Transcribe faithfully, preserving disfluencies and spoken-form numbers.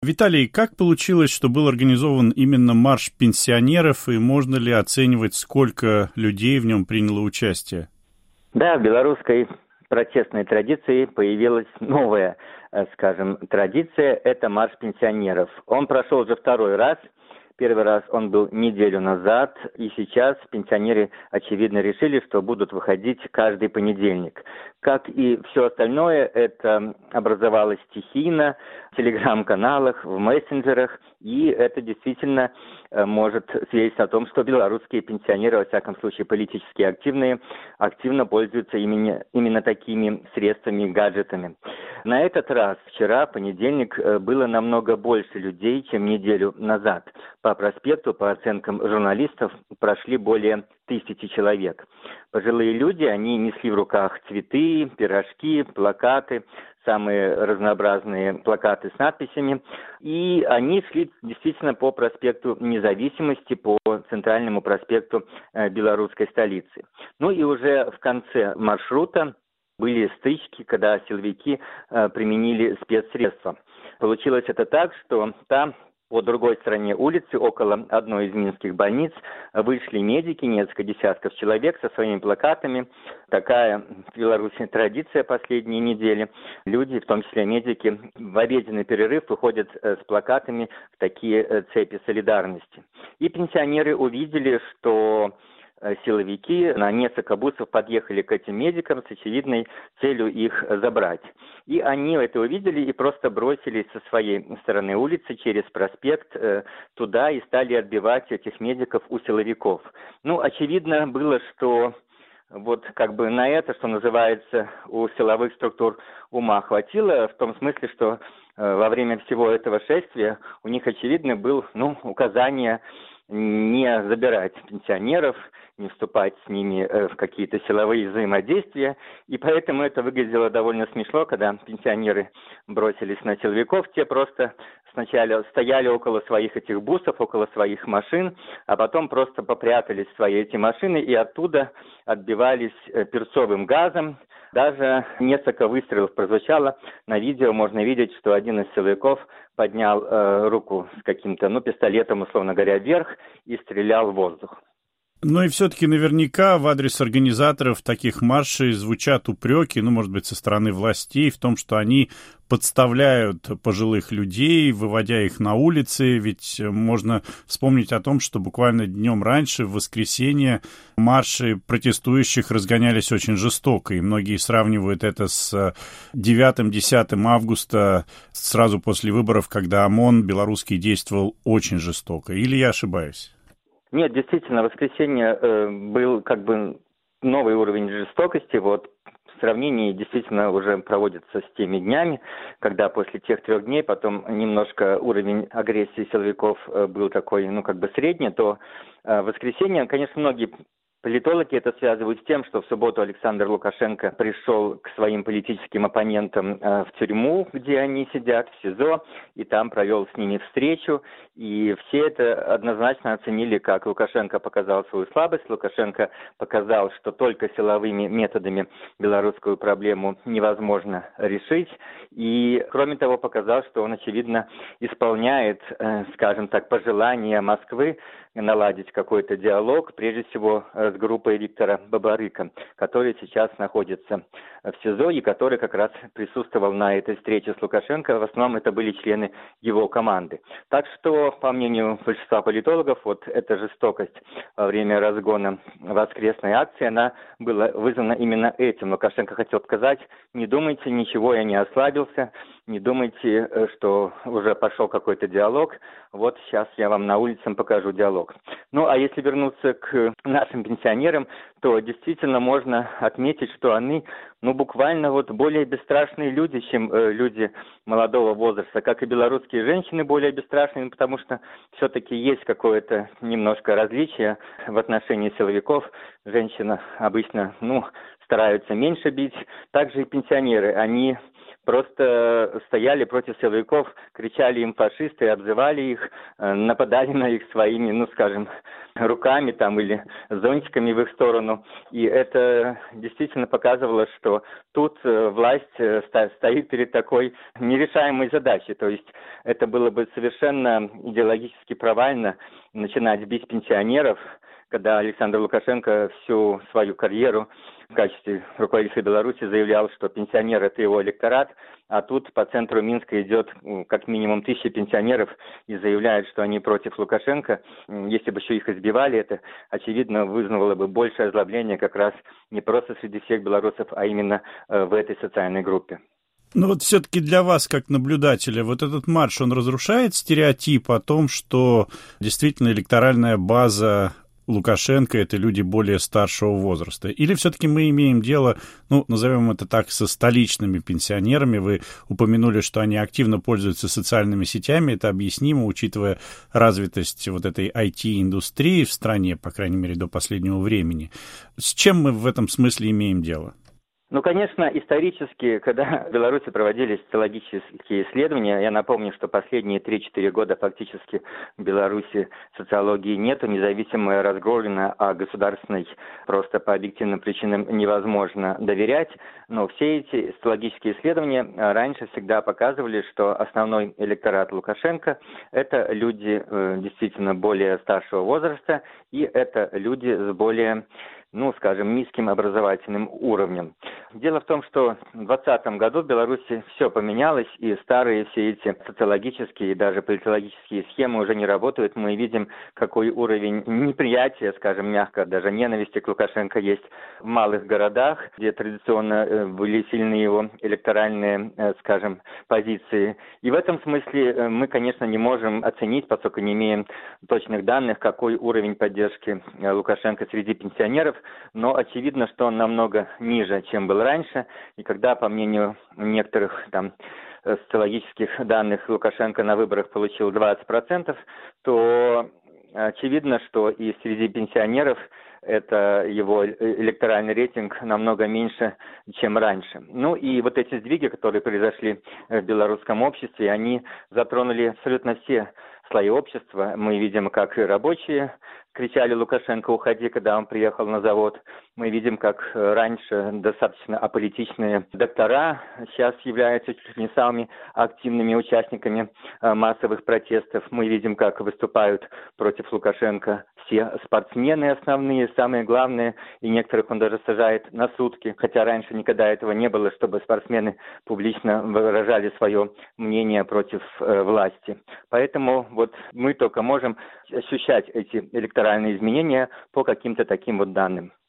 Виталий, как получилось, что был организован именно марш пенсионеров, и можно ли оценивать, сколько людей в нем приняло участие? Да, в белорусской протестной традиции появилась новая, скажем, традиция – это марш пенсионеров. Он прошел уже второй раз. Первый раз он был неделю назад, и сейчас пенсионеры, очевидно, решили, что будут выходить каждый понедельник. Как и все остальное, это образовалось стихийно, в телеграм-каналах, в мессенджерах, и это действительно может свидетельствовать о том, что белорусские пенсионеры, во всяком случае политически активные, активно пользуются именно, именно такими средствами и гаджетами. На этот раз, вчера, понедельник, было намного больше людей, чем неделю назад. По проспекту, по оценкам журналистов, прошли более тысячи человек. Пожилые люди, они несли в руках цветы, пирожки, плакаты, самые разнообразные плакаты с надписями. И они шли действительно по проспекту Независимости, по центральному проспекту белорусской столицы. Ну и уже в конце маршрута были стычки, когда силовики э, применили спецсредства. Получилось это так, что там, по другой стороне улицы, около одной из минских больниц, вышли медики, несколько десятков человек со своими плакатами. Такая в Беларуси традиция последние недели. Люди, в том числе медики, в обеденный перерыв выходят с плакатами в такие цепи солидарности. И пенсионеры увидели, что силовики на несколько бусов подъехали к этим медикам с очевидной целью их забрать. И они это увидели и просто бросились со своей стороны улицы через проспект э, туда и стали отбивать этих медиков у силовиков. Ну, очевидно было, что вот как бы на это, что называется, у силовых структур ума хватило, в том смысле, что э, во время всего этого шествия у них, очевидно, был, ну, указание не забирать пенсионеров, не вступать с ними в какие-то силовые взаимодействия. И поэтому это выглядело довольно смешно, когда пенсионеры бросились на силовиков. Те просто сначала стояли около своих этих бусов, около своих машин, а потом просто попрятались в свои эти машины и оттуда отбивались перцовым газом. Даже несколько выстрелов прозвучало. На видео можно видеть, что один из силовиков поднял э, руку с каким-то, ну, пистолетом, условно говоря, вверх и стрелял в воздух. Ну и все-таки наверняка в адрес организаторов таких маршей звучат упреки, ну, может быть, со стороны властей в том, что они подставляют пожилых людей, выводя их на улицы, ведь можно вспомнить о том, что буквально днем раньше, в воскресенье, марши протестующих разгонялись очень жестоко, и многие сравнивают это с девятым-десятым августа, сразу после выборов, когда ОМОН белорусский действовал очень жестоко. Или я ошибаюсь? Нет, действительно, в воскресенье э, был как бы новый уровень жестокости. Вот в сравнении действительно уже проводится с теми днями, когда после тех трех дней потом немножко уровень агрессии силовиков э, был такой, ну как бы средний, то э, в воскресенье, конечно, многие политологи это связывают с тем, что в субботу Александр Лукашенко пришел к своим политическим оппонентам э, в тюрьму, где они сидят, в СИЗО, и там провел с ними встречу. И все это однозначно оценили, как Лукашенко показал свою слабость. Лукашенко показал, что только силовыми методами белорусскую проблему невозможно решить. И, кроме того, показал, что он, очевидно, исполняет, э, скажем так, пожелания Москвы наладить какой-то диалог, прежде всего с группой Виктора Бабарыка, который сейчас находится в СИЗО и который как раз присутствовал на этой встрече с Лукашенко. В основном это были члены его команды. Так что, по мнению большинства политологов, вот эта жестокость во время разгона воскресной акции, она была вызвана именно этим. Лукашенко хотел сказать: не думайте, ничего, я не ослабился, не думайте, что уже пошел какой-то диалог, вот сейчас я вам на улице покажу диалог. Ну, а если вернуться к нашим пенсионерам, то действительно можно отметить, что они, ну, буквально вот более бесстрашные люди, чем э, люди молодого возраста, как и белорусские женщины более бесстрашные, потому что все-таки есть какое-то немножко различие в отношении силовиков. Женщина обычно, ну, стараются меньше бить. Также и пенсионеры, они просто стояли против силовиков, кричали им фашисты, обзывали их, нападали на их своими, ну, скажем, руками там или зонтиками в их сторону. И это действительно показывало, что тут власть стоит перед такой нерешаемой задачей. То есть это было бы совершенно идеологически провально начинать бить пенсионеров, когда Александр Лукашенко всю свою карьеру в качестве руководителя Беларуси заявлял, что пенсионер – это его электорат, а тут по центру Минска идет как минимум тысяча пенсионеров и заявляют, что они против Лукашенко. Если бы еще их избивали, это, очевидно, вызвало бы большее озлобление как раз не просто среди всех белорусов, а именно в этой социальной группе. Ну вот все-таки для вас, как наблюдателя, вот этот марш, он разрушает стереотип о том, что действительно электоральная база Лукашенко – это люди более старшего возраста? Или все-таки мы имеем дело, ну, назовем это так, со столичными пенсионерами? Вы упомянули, что они активно пользуются социальными сетями. Это объяснимо, учитывая развитость вот этой ай ти-индустрии в стране, по крайней мере, до последнего времени. С чем мы в этом смысле имеем дело? Ну, конечно, исторически, когда в Беларуси проводились социологические исследования, я напомню, что последние три-четыре года фактически в Беларуси социологии нету, независимая разгромлена, а государственной просто по объективным причинам невозможно доверять. Но все эти социологические исследования раньше всегда показывали, что основной электорат Лукашенко – это люди э, действительно более старшего возраста, и это люди с более, ну, скажем, низким образовательным уровнем. Дело в том, что в двадцатом году в Беларуси все поменялось, и старые все эти социологические и даже политологические схемы уже не работают. Мы видим, какой уровень неприятия, скажем мягко, даже ненависти к Лукашенко есть в малых городах, где традиционно были сильны его электоральные, скажем, позиции. И в этом смысле мы, конечно, не можем оценить, поскольку не имеем точных данных, какой уровень поддержки Лукашенко среди пенсионеров, но очевидно, что он намного ниже, чем был раньше, и когда, по мнению некоторых там социологических данных, Лукашенко на выборах получил двадцать процентов, то очевидно, что и среди пенсионеров это его электоральный рейтинг намного меньше, чем раньше. Ну и вот эти сдвиги, которые произошли в белорусском обществе, они затронули абсолютно все слои общества. Мы видим, как и рабочие кричали «Лукашенко, уходи», когда он приехал на завод. Мы видим, как раньше достаточно аполитичные доктора сейчас являются чуть ли не самыми активными участниками массовых протестов. Мы видим, как выступают против Лукашенко все спортсмены основные, самые главные, и некоторых он даже сажает на сутки, хотя раньше никогда этого не было, чтобы спортсмены публично выражали свое мнение против э, власти. Поэтому вот мы только можем ощущать эти электоральные изменения по каким-то таким вот данным.